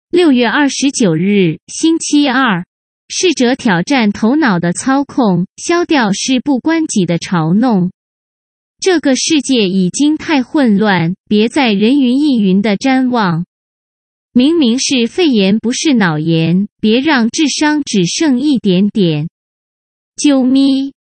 6月29日，星期二。试着挑战头脑的操控，消掉事不关己的嘲弄。这个世界已经太混乱，别再人云亦云的瞻望。明明是肺炎不是脑炎，别让智商只剩一点点。啾咪。